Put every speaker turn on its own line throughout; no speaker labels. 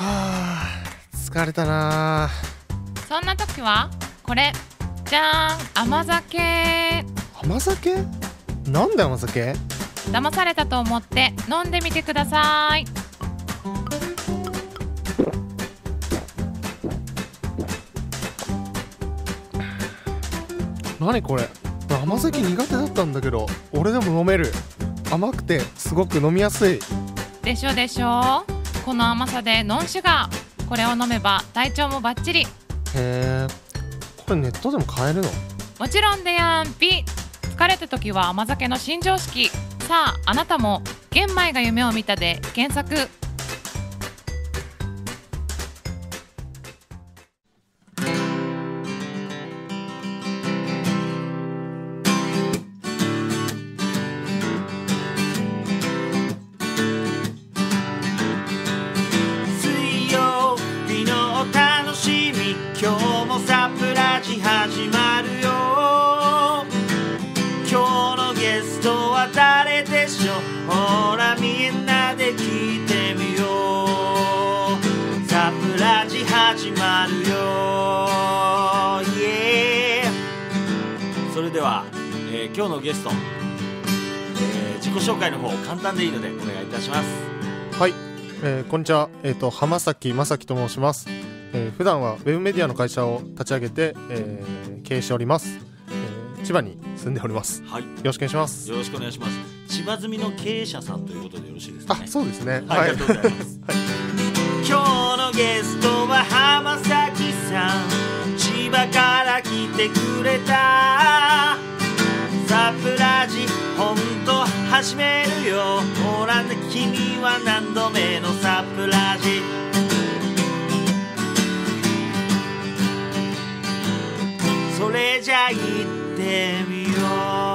疲れたな。
そんな時はこれじゃーん、甘酒。
甘酒？なんで甘酒？
騙されたと思って飲んでみてください。
何これ？甘酒苦手だったんだけど俺でも飲める。甘くてすごく飲みやすい。
でしょでしょ。この甘さでノンシュガー。これを飲めば体調もバッチリ。
へえ、これネットでも買えるの？
もちろんでやんぴ。疲れた時は甘酒の新常識。さああなたも玄米が夢を見たで検索。
水曜日のお楽しみ、今日もサプラジ始まるよ。今日のゲストは誰でしょう。ほらみんなで聞いてみよう。サプラジ始まるよ、イエー。それでは、今日のゲスト、自己紹介の方簡単でいいのでお願いいたします。
はい、こんにちは。浜崎正樹と申します。普段はウェブメディアの会社を立ち上げて、経営しております。千葉に住んでおります。
はい、
よろしくお願いします。
よろしくお願いします。千葉住みの経営者さんということでよろしいですかね。
あ、そうですね。
はい、ありがとうございます。
はい、
今日のゲストは浜崎さん、千葉から来てくれた。サプラジほんと始めるよ。ほらね君は何度目のサプラジ。それじゃ行ってみよう。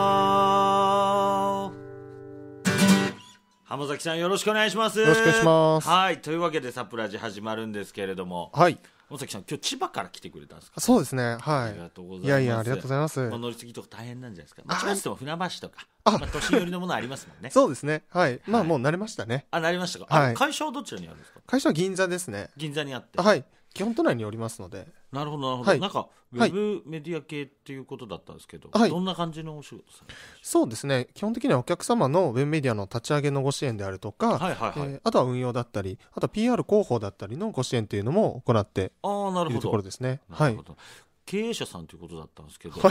浜崎さんよろしくお願いします。
よろしくお願いします。
はい、というわけでサプラジ始まるんですけれども、
はい、
浜崎さん今日千葉から来てくれたんですか？
そうですね。はい。
ありがとうございます。
いやいや、ありがとうございます。
乗り継ぎとか大変なんじゃないですか？千葉市とも船橋とか、都心寄りのものありますもんね。
そうですね。はい。まあもう慣れましたね。
あ、なりましたか？
はい。
会社はどちらにあるんですか？
会社は銀座ですね。
銀座にあって。
はい。基本都内におりますので。
なるほどなるほど。
はい、
なんかウェブメディア系っていうことだったんですけど、
はい、
どんな感じのお仕事されますか？
そうですね。基本的にはお客様のウェブメディアの立ち上げのご支援であるとか、はいはいはい、あとは運用だったり、あとは PR 広報だったりのご支援というのも行っているところですね。
なるほど。経営者さんということだったんですけど、
はい、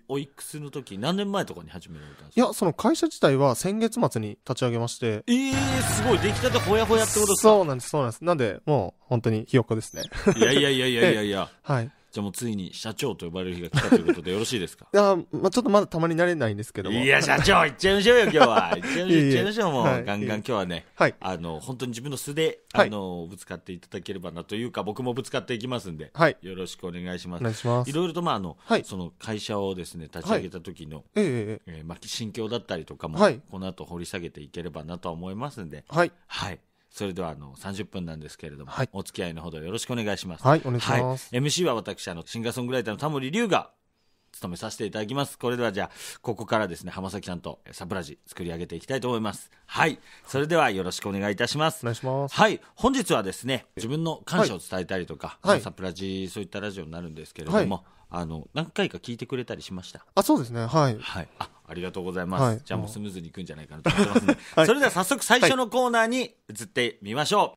オイックスの時何年前とかに始められたんですか？
いや、その会社自体は先月末に立ち上げまして。
すごい、出来たてほやほやってことですか？
そうなんです、そうなんです。なんでもう本当にひよっこですね。
いやいやいやいやいやいや
はい。
じゃあもうついに社長と呼ばれる日が来たということでよろしいですか？
いや、まあ、ちょっとまだたまになれないんですけども。
いや、社長行っちゃいましょうよ今日は。行っちゃいましょうもう、
はい、
ガンガン今日はね、
はい、
本当に自分の素でぶつかっていただければなというか、僕もぶつかっていきますんで、はい、よろしくお願いします。
お願いします。
いろいろと
はい、
その会社をですね立ち上げた時の、心境だったりとかも、この後掘り下げていければなとは思いますんで、はい。はい、それでは30分なんですけれども、はい、お付き合いのほどよろしくお願いします。
はい、お願いします。
はい、MC は私シンガーソングライターのタモリ龍が務めさせていただきます。これではじゃあここからですね浜崎さんとサプラジ作り上げていきたいと思います。はい、それではよろしくお願いいたします。
お願いします。
はい、本日はですね自分の感謝を伝えたりとか、はい、サプラジそういったラジオになるんですけれども、はい、何回か聞いてくれたりしました？
あ、そうですね。はい、
はい、ありがとうございます。はい、じゃあもうスムーズにいくんじゃないかなと思ってますので、
はい、
それでは早速最初のコーナーに移ってみましょ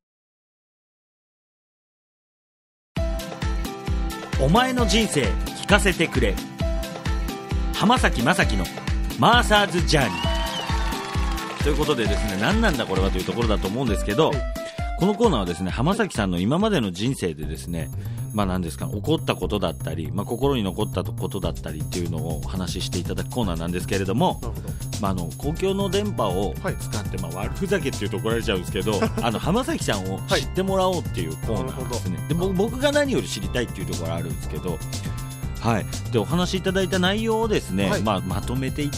う。お前の人生聞かせてくれ、浜崎正樹のマーサーズジャーニーということでですね、何なんだこれはというところだと思うんですけど、このコーナーはですね浜崎さんの今までの人生でですね、何ですか、起こったことだったり、心に残ったことだったりっていうのをお話ししていただくコーナーなんですけれども、公共の電波を使って、悪ふざけっていうと怒られちゃうんですけど浜崎さんを知ってもらおうっていうコーナーですね。で僕が何より知りたいっていうところあるんですけど、はい、でお話しいただいた内容をですね、まとめていって、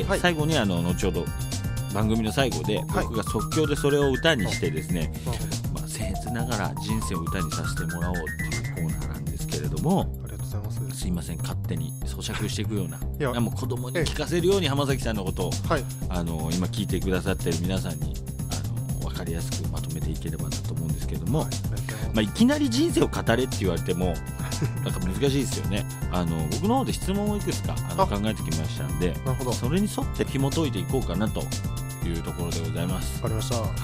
最後に後ほど番組の最後で僕が即興でそれを歌にしてですね、僭越ながら人生を歌にさせてもらおうっていうコーナーなんですけれども、
ありがとうございます。
すいません、勝手に咀嚼していくような、もう子供に聞かせるように浜崎さんのことを、今聞いてくださってる皆さんに分分かりやすくまとめていければなと思うんですけども、
はい
いきなり人生を語れって言われてもなんか難しいですよね。僕の方で質問をいくつか考えてきましたんで、
なるほど、
それに沿って紐解いていこうかなというところでございます。
わかりました。
はい。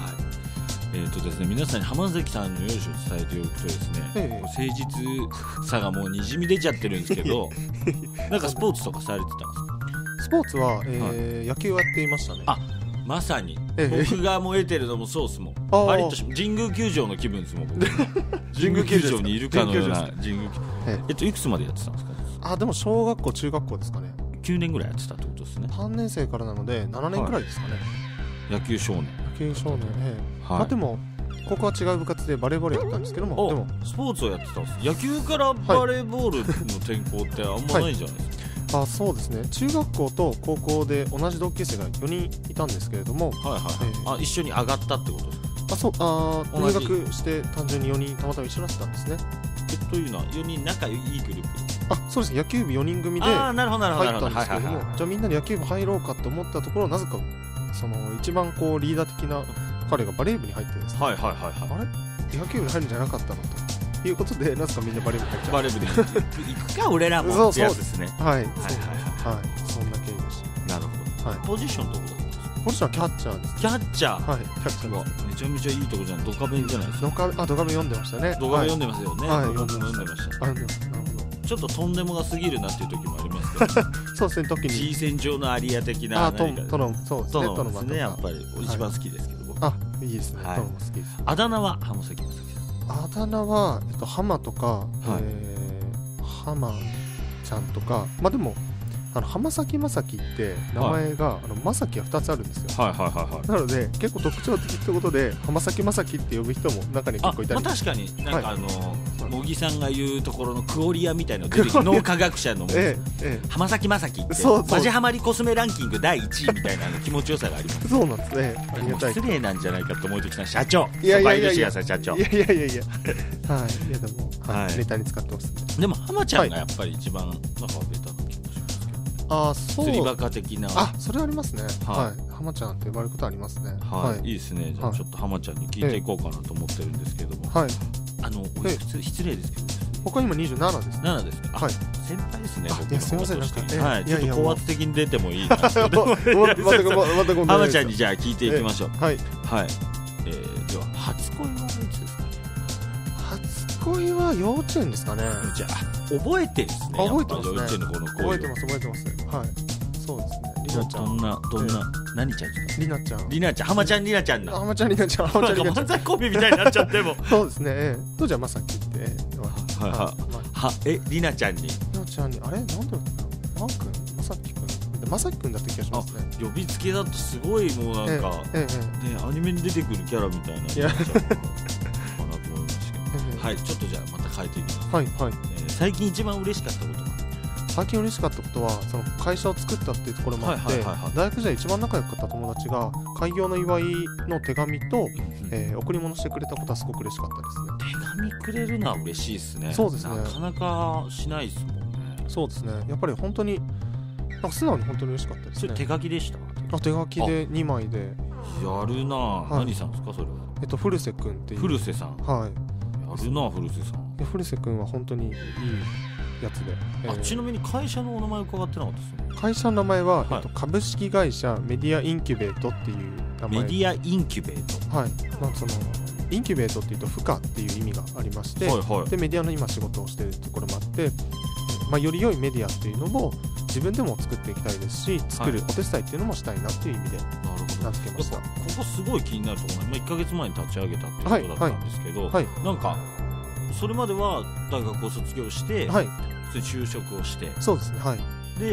ですね、皆さんに浜崎さんの容姿を伝えておくとですね、誠実さがもうにじみ出ちゃってるんですけどなんかスポーツとかされてたんですか？
スポーツは、野球をやっていましたね。
あ、まさに僕がもう得てるのもそうっすもん。
あー
パリッと神宮球場の気分ですもん僕神宮球場にいるかのような神宮球いくつまでやってたんですか？
でも小学校中学校ですかね。
9年ぐらいやってたってことですね。
3年生からなので7年くらいですかね。
野球少年。
野球少年、でも高校は違う部活でバレーボールやったんですけども、でも
スポーツをやってたんです。野球からバレーボールの転向ってあんまないじゃないですか。
そうですね。中学校と高校で同じ同級生が4人いたんですけれども、
一緒に上がったってことですか？
入学して単純に4人たまたま一緒になってたんですね。
というのは4人仲いいグループ。
そうですね。野球部4人組で入ったんですけども、じゃあみんなで野球部入ろうかと思ったところ、なぜかその一番こうリーダー的な彼がバレー部に入ってですね、あれ野球部に入るんじゃなかったのということで、なぜかみんなバレー部に入っちゃう。
バレー部で行くか俺らもってやつですね。
そんな経緯でした。
なるほど。ポジションどこだったんですか？
ポジションはキャッチャーです。
キャッチャー。
キャッチャーです。
めちゃめちゃいいとこじゃん。ドカベンじゃないですか。
ドカベン読んでましたね。
ドカベン読んでますよね。
読んでました。
なるほど。ちょっととんでもが過ぎるなっていう時もありますけど
そうですね。時に
G 線上のアリア的な
トノそうですね。トノ
ですね。やっぱり一番好きですけど僕。
いいですね。トノも好きです。
あだ名は浜崎正樹さん。
あだ名は浜とか浜ちゃんとか、でも浜崎正樹って名前が正樹が2つあるんですよ。なので結構特徴的ってことで浜崎正樹って呼ぶ人も中に結構いたり。
確かになんか茂木さんが言うところのクオリアみたいなの出てきて脳科学者の浜崎正樹ってマジハマりコスメランキング第1位みたいな気持ちよさがあります。
そうなんですね。ありがたい。
失礼なんじゃないかと思うときた社長。
いや
社長。
いやでもネタに使ってます。
でも浜ちゃんがやっぱり一番なんかベタな気もしますけど。釣りバカ的な。
それありますね。浜ちゃんって呼ばれることありますね。
いいですね。じゃあちょっと浜ちゃんに聞いていこうかなと思ってるんですけども。おいくつ失礼ですけど。
僕は今27です。
7ですか。先輩ですね。
すみません。
ちょっと高圧的に出てもいいな。浜ちゃんにじゃあ聞いていきましょう。では初恋はいつですか？
初恋は幼稚園ですかね。
じゃあ覚えてるですね。
覚えてますね。
幼稚園の頃の恋。
覚えてます。そうですね。りなちゃん。
どんな何ちゃんですか？りなちゃん。浜ちゃんりなちゃんだ。
浜ちゃんりなちゃん。
漫才コンビみたいになっちゃっても。
そうですね。当時はまさきって
りなちゃんに
あれなんだろうな、マー君まさきくんだった気がしますね。
呼びつけだとすごいもうなんかアニメに出てくるキャラみたいなかなと思いましたけど、ちょっとじゃあまた変えていきます。最近一番嬉しかったことは？
最近嬉しかったことはその会社を作ったっていうところもあって、大学時代一番仲良かった友達が開業の祝いの手紙と贈り物してくれたことはすごく嬉しかったですね。
手紙くれるのは嬉しいですね。
そうですね。
なかなかしないですもんね。
そうですね。やっぱり本当に素直に本当に嬉しかったですね。
それ手書きでした？
手書きで2枚で。
やるな。何さんですかそれは？
古瀬くんっていう。
古瀬さん。
や
るな古瀬さん。
古瀬くんは本当にいいやつで。
ちなみに会社のお名前伺ってなかったですね。
会社の名前は株式会社メディアインキュベートっていう名前。
メディアインキュベート。
そのインキュベートっていうと孵化っていう意味がありまして、でメディアの今仕事をしているところもあって、より良いメディアっていうのも自分でも作っていきたいですし、作るお手伝いっていうのもしたいなっていう意味で名付けました。
ここすごい気になるところ、1ヶ月前に立ち上げたっていうことだったんですけど、なんかそれまでは大学を卒業して、就職をして、
そうですね。
で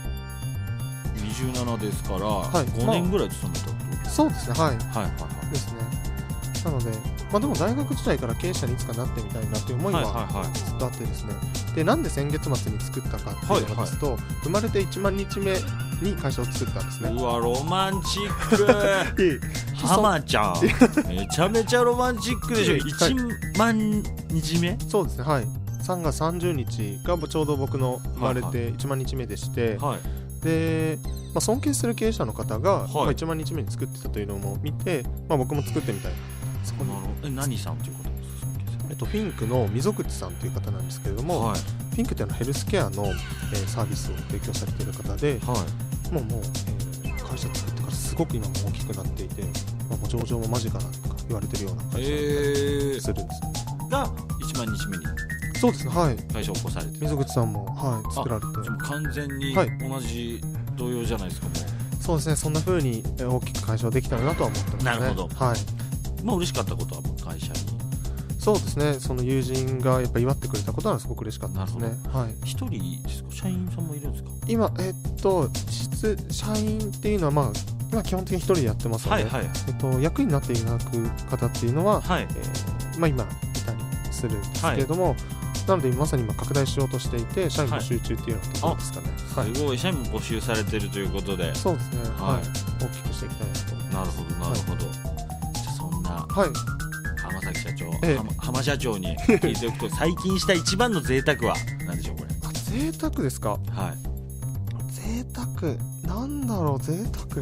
27ですから、5年ぐらい勤めたってこと？
そうですね。ですね。なので、でも大学時代から経営者にいつかなってみたいなっていう思いはずっとあってですね。で、なんで先月末に作ったかっていうのですと、生まれて1万日目に会社を作ったんですね。
うわ、ロマンチック浜ちゃんめちゃめちゃロマンチックでしょ。1万日目？
そうですね。3月30日がちょうど僕の生まれて1万日目でして、で尊敬する経営者の方が、1万日目に作ってたというのも見て、僕も作ってみたいな。そこに
何さんということですか？
フィンクの溝口さんという方なんですけれども、フィンクってヘルスケアの、サービスを提供されている方で、もう、会社作ってからすごく今も大きくなっていて、もう上場も間近だとか言われてるような会社だったりするんです、
が1万日目に
そうですね、
会社を起こされて、
溝口さんも、作られて、
完全に同じ同様じゃないですか。もう
そうですね、そんな風に大きく会社はできたらなとは思ってますね。
なるほど。嬉しかったことは会社に、
そうですね、その友人がやっぱ祝ってくれたことはすごく嬉しかったですね。
一人ですか？社員さんもいるんですか？
今社員っていうのは今基本的に一人でやってますので、役員になっていただく方っていうのは、今いたりするんですけれども、なのでまさに今拡大しようとしていて、社員募集中っていうようなところですかね。
すごい、社員も募集されてるということで。
そうですね、大きくしていきたいなと思います。
なるほど。じゃあそんな浜崎社長、浜社長に聞いておくと、最近した一番の贅沢は何でしょう？これ
贅沢ですか？贅沢なんだろう、贅沢、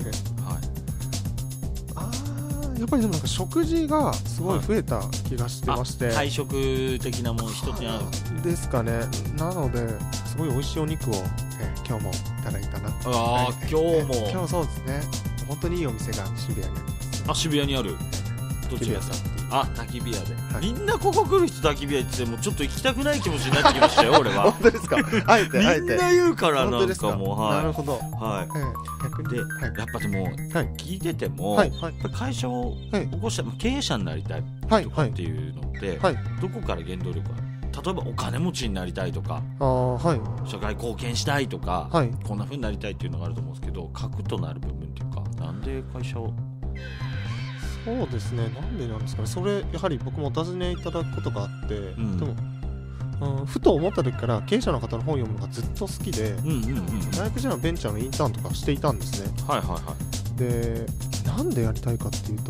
やっぱりでも食事がすごい増えた気がしてまして、
配食的なもの一つにある
ですかね。なのですごい美味しいお肉を、今日もいただいたな。
今
日そうですね、本当にいいお店が渋谷にあります。
渋谷にある
どちらさんっていう、
焚き火屋で、みんなここ来る人焚き火屋行ってもうちょっと行きたくない気持ちになってきましたよ俺は。
本当ですか？あえて
みんな言うからなんかもう、
なるほど。
で、やっぱでも、聞いてても、やっぱり会社を起こした、経営者になりたいとかっていうのって、どこから原動力がある？例えばお金持ちになりたいとか、社会貢献したいとか、こんな風になりたいっていうのがあると思うんですけど、核となる部分っていうか、なんで会社を？
そうですね、なんでなんですかね。それやはり僕もお尋ねいただくことがあって、でもふと思った時から経営者の方の本を読むのがずっと好きで、大学時代のベンチャーのインターンとかしていたんですね。で、なんでやりたいかっていうと、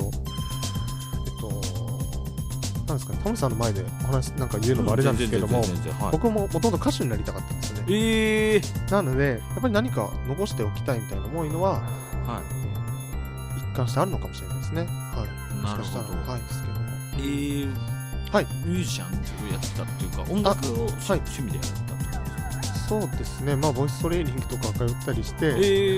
なんですかね、タモリさんの前でお話なんか言うのもあれなんですけども、僕もほとんど歌手になりたかったんですよね。なのでやっぱり何か残しておきたいみたいな思いのは、一貫してあるのかもしれないですね。もしかしたらですけども、
ミュージシャンをやってたっていうか、音楽を趣味でやったと。
そうですね、ボイストレーニングとか通ったりして、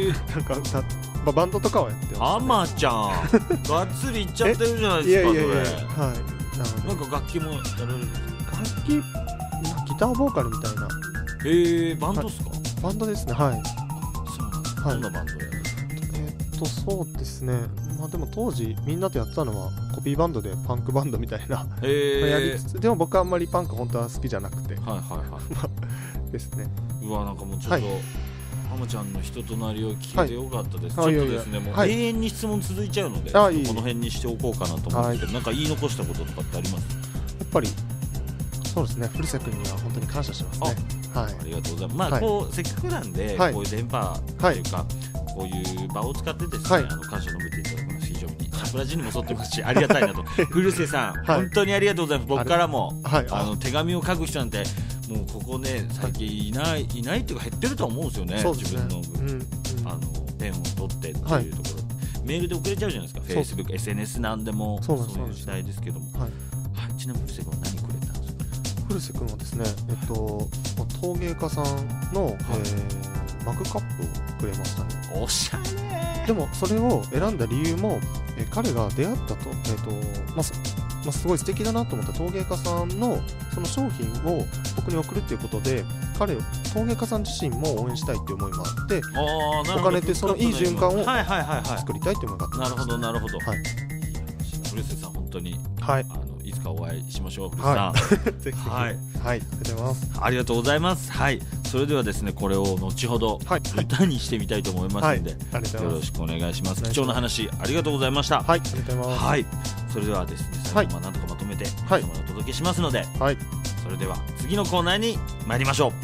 なんかバンドとかはやってますね。
浜ちゃんがっつりいっちゃってるじゃないですか。それなんか楽器もやられるんですか？
楽器、ギターボーカルみたいな。
バンドですか？
バンドですね。
そうなんです。どんなバンドやるんですか？
そうですね、でも当時みんなとやってたのはコピーバンドでパンクバンドみたいなやりつつ、でも僕はあんまりパンク本当は好きじゃなくてですね。
なんかもうちょっと、浜ちゃんの人となりを聞いてよかったです。ちょっとですね、もう永遠に質問続いちゃうので、この辺にしておこうかなと思うんですけど、なんか言い残したこととかってあります？
やっぱりそうですね、古瀬君には本当に感謝しますね。
ありがとうございます。こうせっかくなんで、こういう電波というか、こういう場を使ってですね、感謝を述べていただくのは非常にサプラジにも沿ってますし、ありがたいなと。古瀬さん、本当にありがとうございます。僕からも手紙を書く人なんてもうここね、最近いないっていうか減ってるとは思うんですよね。自分のペンを取ってっていうところ、メールで送れちゃうじゃないですか。Facebook、SNS なんでもそういう時代ですけども。ちなみに古瀬君は何くれたんですか？
古瀬君はですね、陶芸家さんのマグカップをくれましたね。
おしゃれ。
でもそれを選んだ理由も、彼が出会ったと、すごい素敵だなと思った陶芸家さんのその商品を僕に送るっていうことで、陶芸家さん自身も応援したいっていう思いもあって、お金ってそのいい循環を作りたいっていう思いがあったんです。
なるほどなるほど。古瀬さん本当にいつかお会いしましょう。古瀬さん、
ぜひありがとうございます。
ありがとうございます。それではですね、これを後ほど歌にしてみたいと思いますので、よろしくお願いします。貴重な話ありがとうございました。
ありがとうございます。
それではですね、最後なんとかまとめて皆様にお届けしますので、それでは次のコーナーに参りましょう。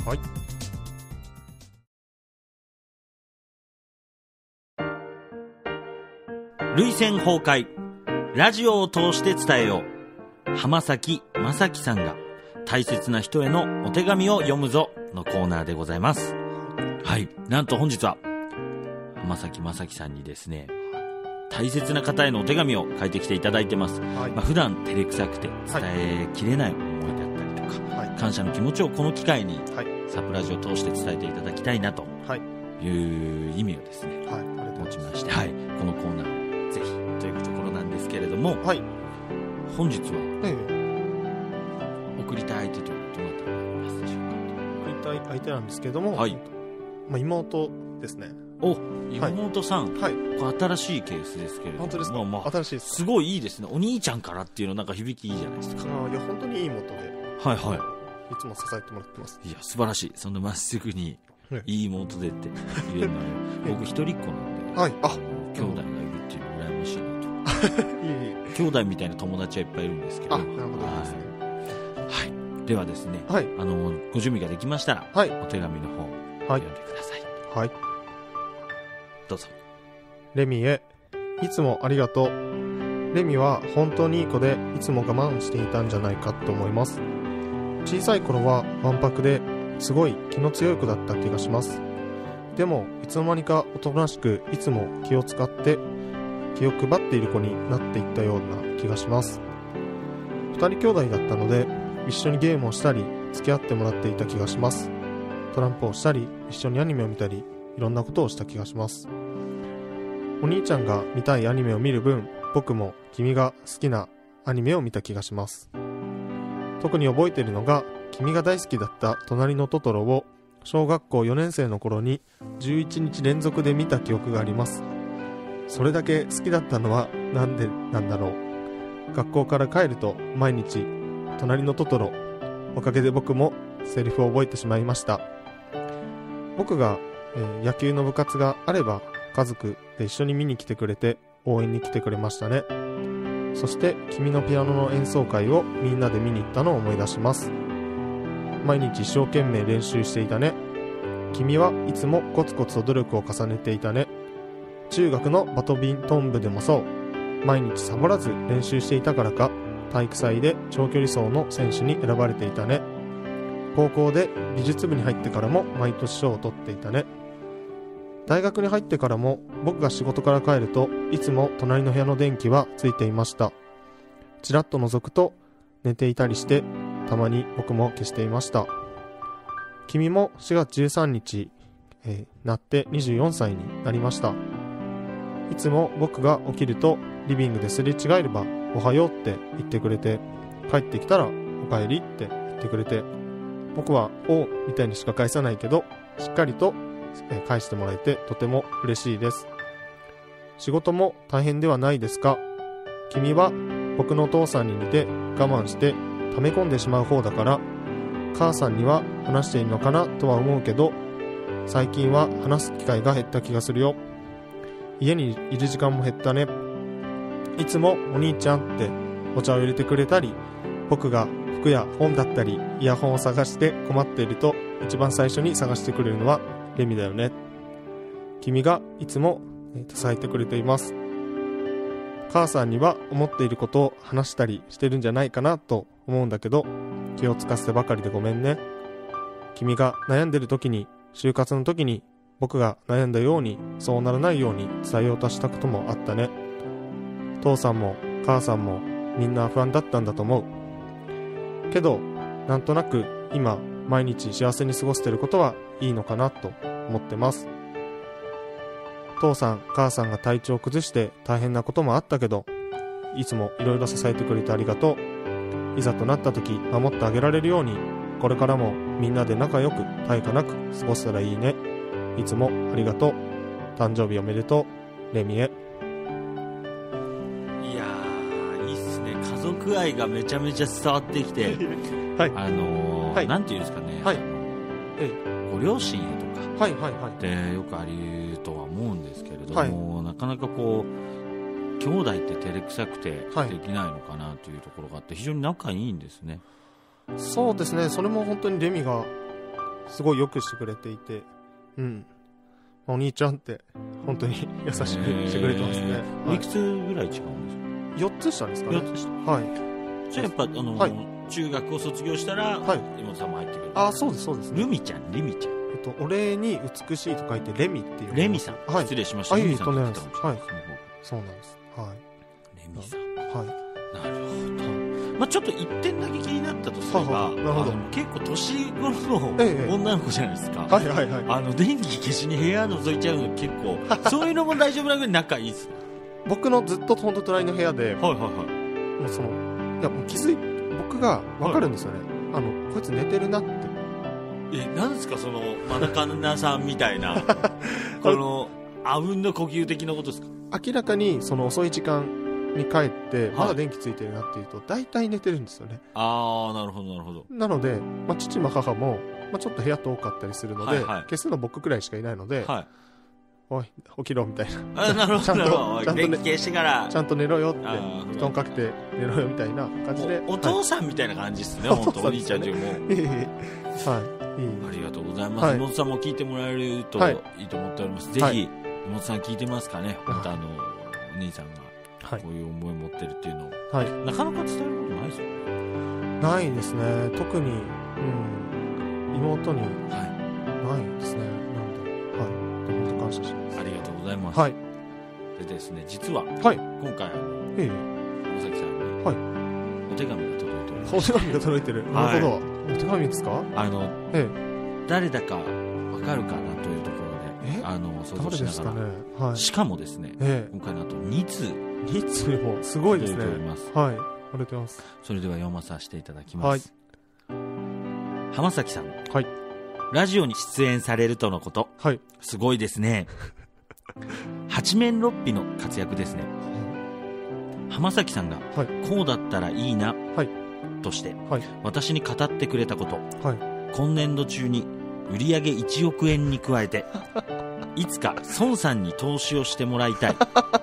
涙腺崩壊、ラジオを通して伝えよう。浜崎正樹さんが大切な人へのお手紙を読むぞのコーナーでございます。なんと本日は浜崎正樹さんにですね、大切な方へのお手紙を書いてきていただいてます、普段照れくさくて伝えきれない思いだったりとか、感謝の気持ちをこの機会にサプラジを通して伝えていただきたいなという意味をですね、持ちまして、このコーナーをぜひというところなんですけれども、本日は、送りたい相手というのはどなたになりますでしょうか。
送りたい相手なんですけれども、妹ですね。
妹さん、これ新しいケースですけれども、
本当ですか。新しいです。
すごいいいですね。お兄ちゃんからっていうのなんか響きいいじゃないですか。
いや本当にいい妹で、いつも支えてもらってます。
いや素晴らしい。そんなまっすぐにいい妹でって言えるのは僕一人っ子なんで、兄弟がいるっていうの羨ましいなと。兄弟みたいな友達はいっぱいいるんですけど。なるほどですね。ではですね、ご準備ができましたら、お手紙の方読んでください。どうぞ。
レミへ、いつもありがとう。レミは本当にいい子で、いつも我慢していたんじゃないかと思います。小さい頃はわんぱくですごい気の強い子だった気がします。でもいつの間にかおとなしく、いつも気を使って気を配っている子になっていったような気がします。二人兄弟だったので、一緒にゲームをしたり付き合ってもらっていた気がします。トランプをしたり、一緒にアニメを見たり、いろんなことをした気がします。お兄ちゃんが見たいアニメを見る分、僕も君が好きなアニメを見た気がします。特に覚えているのが、君が大好きだった隣のトトロを小学校4年生の頃に11日連続で見た記憶があります。それだけ好きだったのはなんでなんだろう。学校から帰ると毎日隣のトトロ、おかげで僕もセリフを覚えてしまいました。僕が、野球の部活があれば家族で一緒に見に来てくれて応援に来てくれましたね。そして君のピアノの演奏会をみんなで見に行ったのを思い出します。毎日一生懸命練習していたね。君はいつもコツコツと努力を重ねていたね。中学のバドミントン部でもそう。毎日サボらず練習していたからか、体育祭で長距離走の選手に選ばれていたね。高校で美術部に入ってからも毎年賞を取っていたね。大学に入ってからも僕が仕事から帰るといつも隣の部屋の電気はついていました。ちらっと覗くと寝ていたりして、たまに僕も消していました。君も4月13日、なって24歳になりました。いつも僕が起きるとリビングですれ違えればおはようって言ってくれて、帰ってきたらおかえりって言ってくれて、僕はおうみたいにしか返さないけど、しっかりと返してもらえてとても嬉しいです。仕事も大変ではないですか？君は僕のお父さんに似て我慢して溜め込んでしまう方だから、母さんには話しているのかなとは思うけど、最近は話す機会が減った気がするよ。家にいる時間も減ったね。いつもお兄ちゃんってお茶を入れてくれたり、僕が服や本だったりイヤホンを探して困っていると一番最初に探してくれるのはレミだよね。君がいつも支えてくれています。母さんには思っていることを話したりしてるんじゃないかなと思うんだけど、気をつかせてばかりでごめんね。君が悩んでる時に、就活の時に僕が悩んだようにそうならないように伝えようとしたこともあったね。父さんも母さんもみんな不安だったんだと思うけど、なんとなく今毎日幸せに過ごしてることはいいのかなと思ってます。父さん母さんが体調を崩して大変なこともあったけど、いつもいろいろ支えてくれてありがとう。いざとなった時守ってあげられるように、これからもみんなで仲良く対価なく過ごせたらいいね。いつもありがとう。誕生日おめでとう、レミエ。
いやー、いいっすね。家族愛がめちゃめちゃ伝わってきてはい、はい、なんていうんですかね、はい、ご両親へとかってよくありとは思うんですけれども、はい、なかなかこう兄弟って照れくさくてできないのかなというところがあって、非常に仲いいんですね。
そうですね。それも本当にレミがすごいよくしてくれていて、うん、お兄ちゃんって本当に優しくしてくれてますね。
いくつぐらい違うんですか
？4つ下ですかね。
4つ下。
はい。
じゃあやっぱ中学を卒業したら、妹さんも入ってくる。
そうですそうです、
ルミちゃん、リミちゃん。
お礼に美しいと書いてレミっていう。
レミさん、
はい、
失礼しました。
レミさんって言
っ
ったかもしれないです。はい、そうなんです。はい。
レミさん。
はい。
なるほど。まあちょっと一点だけ気になったとすれば、
なるほど。
結構年頃の女の子じゃないですか。
はいはいはい。
電気消しに部屋覗いちゃうの結構そういうのも大丈夫なぐらい仲いいです。
僕のずっと本当隣の部屋で、
はいはいはい。
もういやもう僕が分かるんですよね。こいつ寝てるなって。
なんですかそのマナカナさんみたいなこのあうんの呼吸的なことですか。
明らかにその遅い時間に帰ってまだ電気ついてるなっていうと大体寝てるんですよね。
ああ、なるほどなるほど。
なので、父も母も、ちょっと部屋遠かったりするので、消すの僕くらいしかいないので、おい起きろみたいな。
なるほどなるほど。電気消してから
ちゃんと寝ろよって布団かけて寝ろよみたいな感じで。
お父さんみたいな感じですね。本当お兄ちゃん中も。はい。
あ
りがとうございます。妹さんも聞いてもらえるといいと思っております。ぜひ妹さん聞いてますかね。またお兄さんがこういう思いを持ってるっていうのを、なかなか伝えることないですよね。
ないですね。特に、妹にないですね。なので、本当感謝します。
ありがとうございます。でですね、実は、今回浜崎さんにお手紙が届いております。
お手紙が届いてる。なるほど。お手紙ですか？
誰だかわかるかなというところで想像しながら、しかもですね、今回のあと2通
もすごいですね。
はい、ありが
とうございます。
それでは読まさせていただきます。浜崎さん、ラジオに出演されるとのこと、すごいですね。八面六臂の活躍ですね。浜崎さんが、こうだったらいいな、として、私に語ってくれたこと、今年度中に売上1億円に加えていつか孫さんに投資をしてもらいたい。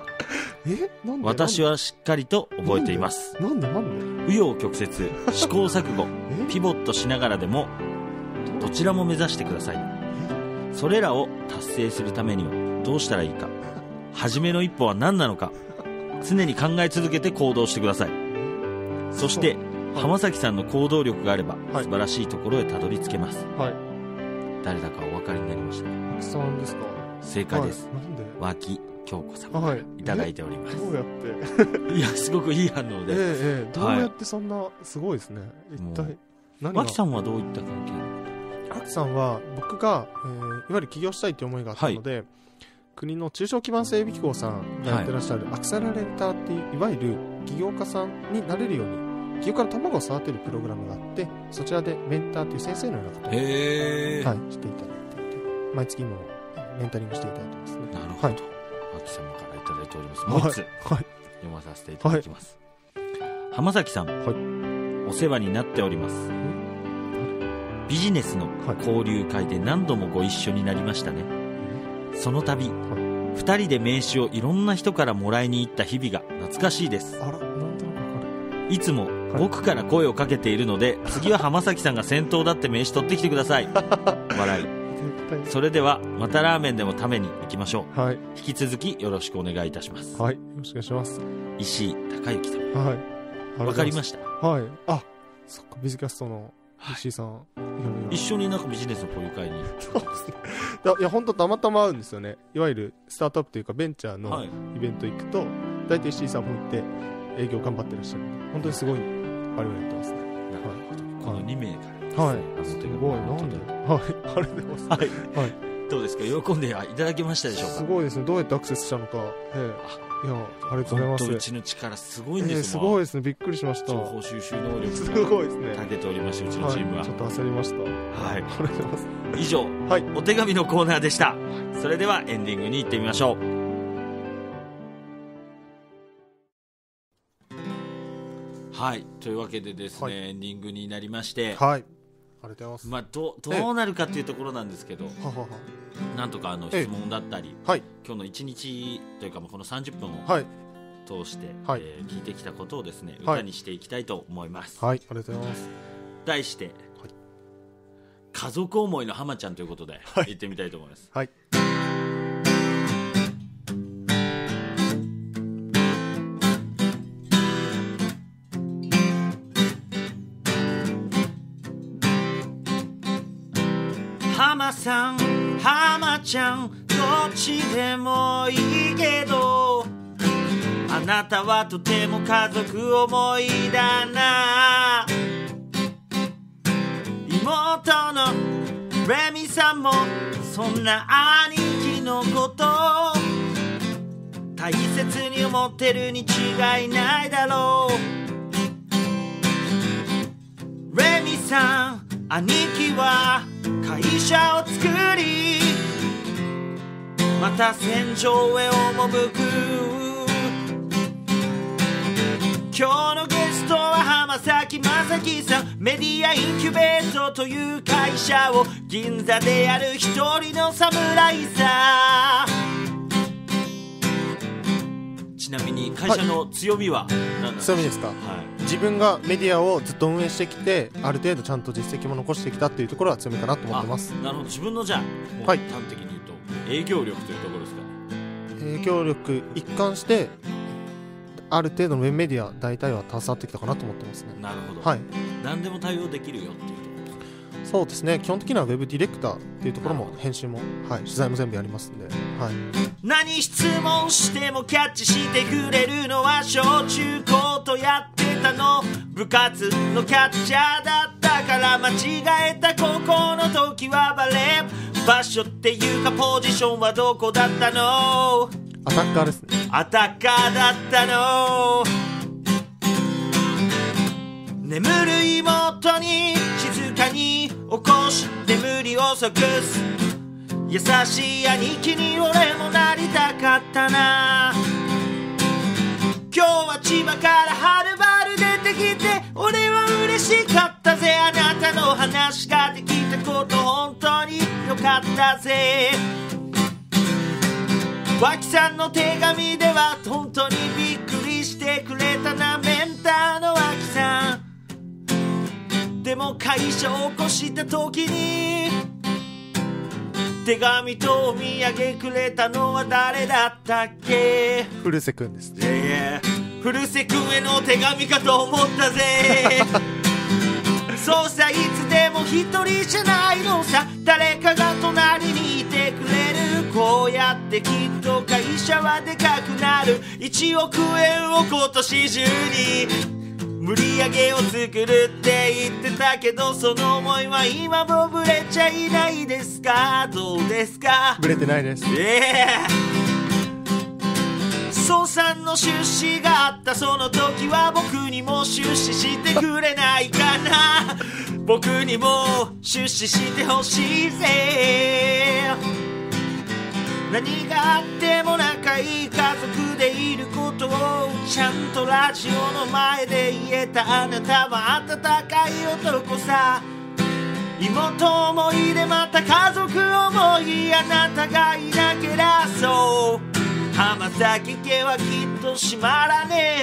私はしっかりと覚えています。紆余曲折試行錯誤ピボットしながらでもどちらも目指してください。それらを達成するためにはどうしたらいいか、初めの一歩は何なのか、常に考え続けて行動してください。そして浜崎さんの行動力があれば素晴らしいところへたどり着けます。誰だかお分かりになりましたか？
さんですか？
正解です。脇京子さんからいただいております。どうやっていや、すごくいい反応で、
どうやってそんなすごいですね。一体何が？
脇さんはどういった関係？
脇さんは僕が、いわゆる起業したいという思いがあったので、国の中小基盤整備機構さんがやってらっしゃるアクセラレーターっていう、いわゆる起業家さんになれるように起業家の卵を育てるプログラムがあって、そちらでメンターという先生のようなことを、していただいていて、毎月もメンタリングしていただいてますね。
なるほど。脇様からいただいております。もう一つ、読まさせていただきます。浜崎さん、お世話になっております。ビジネスの交流会で何度もご一緒になりましたね。その度、2人で名刺をいろんな人からもらいに行った日々が懐かしいです。いつも僕から声をかけているので、次は浜崎さんが先頭だって名刺取ってきてください。笑い。それではまたラーメンでも食べに行きましょう。引き続きよろしくお願いいたします。
よろしくお願いします。
石井孝之さん。わかりました。
あ、そっか、ビジキャストの石井さん、
一緒になんかビジネスの交流会に。
そうですね。いや、本当たまたま会うんですよね。いわゆるスタートアップというかベンチャーのイベント行くと、大体石井さんも行って営業頑張ってらっしゃるんで、本当にすごい我々やってますね。
この2名から
すごい、なんで、ありがとうございます。
どうですか、喜んでいただけましたでしょうか？
すごいですね。どうやってアクセスしたのか。いや、ありがとうございます。
うちの力すごいんです
もん。すごいですね。びっくりしました。
情報収集能力
すごいですね。
長けておりまして、うちのチームは。
ちょっと焦りました。
あり
がとうございます。
以上、お手紙のコーナーでした。それではエンディングに行ってみましょう。はい、というわけでですね、エンディングになりまして、
ありがとうございます。
まあ、どうなるかっていうところなんですけど、なんとか質問だったり、今日の1日というかこの30分を通して、聞いてきたことをですね、歌にしていきたいと思います。
ありがとうございます。
題して、家族思いの浜ちゃんということで言ってみたいと思います。浜浜さん浜ちゃんどっちでもいいけど、あなたはとても家族思いだな。妹のレミさんもそんな兄貴のこと大切に思ってるに違いないだろう。レミさん兄貴は会社を作りまた戦場へ赴く。今日のゲストは浜崎正樹さん。メディアインキュベートという会社を銀座でやる一人の侍さ。ちなみに会社の強みは何ですか？
強みですか、自分がメディアをずっと運営してきてある程度ちゃんと実績も残してきたっていうところは強みかなと思ってます。
なるほど。自分のじゃあもう端的に言うと、営業力というところですかね。
営業力一貫してある程度のウェブメディア大体は携わってきたかなと思ってますね。
なるほど、
はい、
何でも対応できるよっていうところですか？
そうですね、基本的にはウェブディレクターっていうところも編集も、取材も全部やりますんで、
何質問してもキャッチしてくれるのは小中高とやってたの。部活のキャッチャーだったから間違えた高校の時はバレー。場所っていうかポジションはどこだったの？
アタッカーですね。
アタッカーだったの。眠る妹に静かに起こし眠りをそぐす優しい兄貴に俺もなりたかったな。今日は千葉からはるばる出てきて俺は嬉しかったぜ。あなたの話ができたこと本当によかったぜ。脇さんの手紙では本当にびっくりしてくれたな。メンターの脇さんでも会社を起こした時に手紙とお土産くれたのは誰だったっけ？
古瀬くんですね。
古瀬くんへの手紙かと思ったぜ。そうさ、いつでも一人じゃないのさ。誰かが隣にいてくれる。こうやってきっと会社はでかくなる。1億円を今年中に売り上げを作るって言ってたけど、その思いは今もぶれちゃいないですか？どうですか？
ぶれてないです。
孫さんの出資があったその時は僕にも出資してくれないかな。僕にも出資してほしいぜ。何があっても仲いい家族でいることをちゃんとラジオの前で言えたあなたは温かい男さ。妹思いでまた家族思い、あなたがいなけりゃそう浜崎家はきっと閉まらね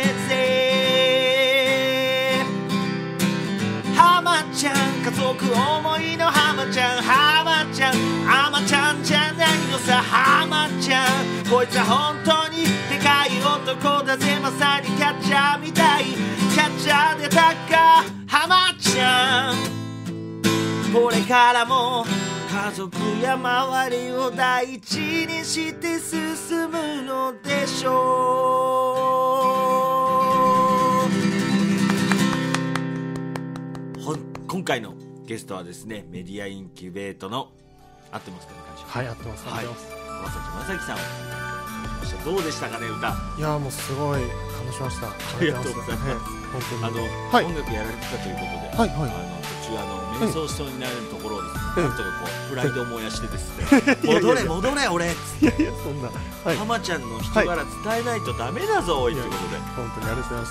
えぜ。浜ちゃん家族思いの浜ちゃん、浜ちゃんあまちゃんじゃないのさ。浜ちゃんこいつは本当にでかい男だぜ。まさにキャッチャーみたい、キャッチャーでタッカー浜ちゃん。これからも家族や周りを第一にして進むのでしょう。今回のゲストはですね、メディアインキュベートの合ってますかね、会社。
はい、合ってます。
浜崎正樹さんをどうでしたかね、歌。
いやもうすごい感動しました。
ありがとうございます。
本当に
音楽やられてたということで、途中瞑想しそうになるところをですね、なんとかこうプライドを燃やしてですね、戻れ戻れ俺。い
やいやそんな、
浜ちゃんの人柄伝えないとダメだぞおいということで、
本当にありがとうございます。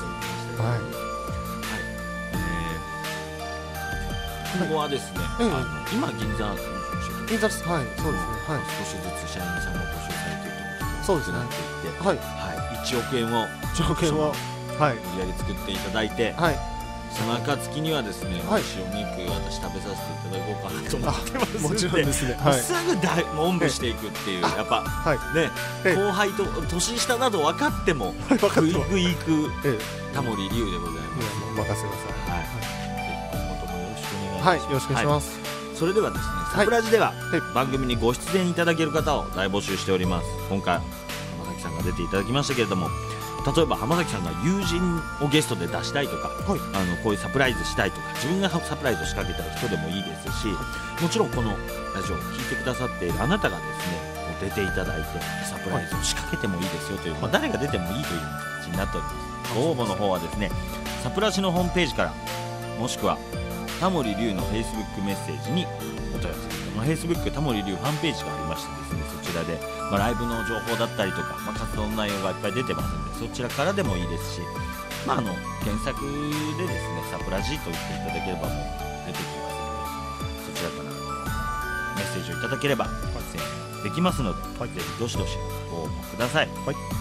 ここはですね、今銀座
銀座です。はい、そうですね。
少しずつ社員さんも募集されているということで、
そうですね。
1億円を売り上げ作っていただいて、その暁にはですね、美味しいお肉私食べさせていただこうかなと思ってます。
もちろんですね。
すぐおんぶしていくっていう、やっぱね、後輩と年下など分かってもグイグイ行くタモリ龍でございます。
任せなさい。
今後ともよろしくお願いします。
はい、よろしくお願いします。
それではですね、 サプラジでは、番組にご出演いただける方を大募集しております。今回浜崎さんが出ていただきましたけれども、例えば浜崎さんが友人をゲストで出したいとか、こういうサプライズしたいとか、自分がサプライズを仕掛けたい人でもいいですし、もちろんこのラジオを聞いてくださっているあなたがですね出ていただいてサプライズを仕掛けてもいいですよという、誰が出てもいいという形になっております。ご応募の方はですねサプラジのホームページから、もしくはタモリリュウの Facebook メッセージにお問い合わせください。Facebook タモリリュウファンページがありましてですね、そちらで、ライブの情報だったりとか、活動の内容がいっぱい出てますので、そちらからでもいいですし、検索でですねサプラジと言っていただければもう出てきますので、そちらからメッセージをいただければ出演できますので、ぜひどしどしご応募ください。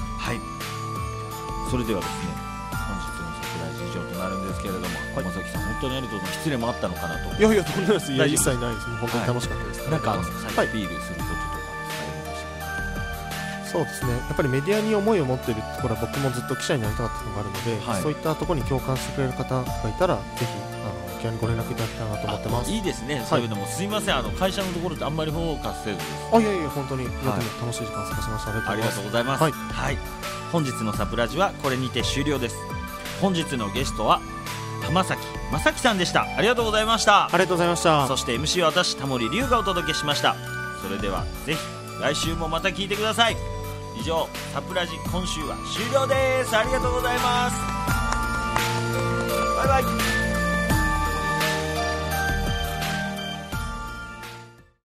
それではですね本日のサプライズ以上となるんですけれども、浜崎さん本当にありがとうございます。失礼もあったのかなと。
いやとんでもないです。いや一切ないです。本当に楽しかったです。
なんか再アピールすることとか
そうですね、やっぱりメディアに思いを持っているところは僕もずっと記者になりたかったのがあるので、そういったところに共感してくれる方がいたらぜひ気軽にご連絡いただきたいなと思ってます。
いいですね、そういうのも。すいません、会社のところってあんまりフォーカスせずです。
いや本当に、楽しい時間を過ごしました。
ありがとうございます。本日のサプラジはこれにて終了です。本日のゲストは浜崎正樹さんでした。ありがとうございました。
ありがとうございました。
そして MC は私タモリリュウがお届けしました。それではぜひ来週もまた聞いてください。以上サプラジ今週は終了です。ありがとうございます。バイバイ。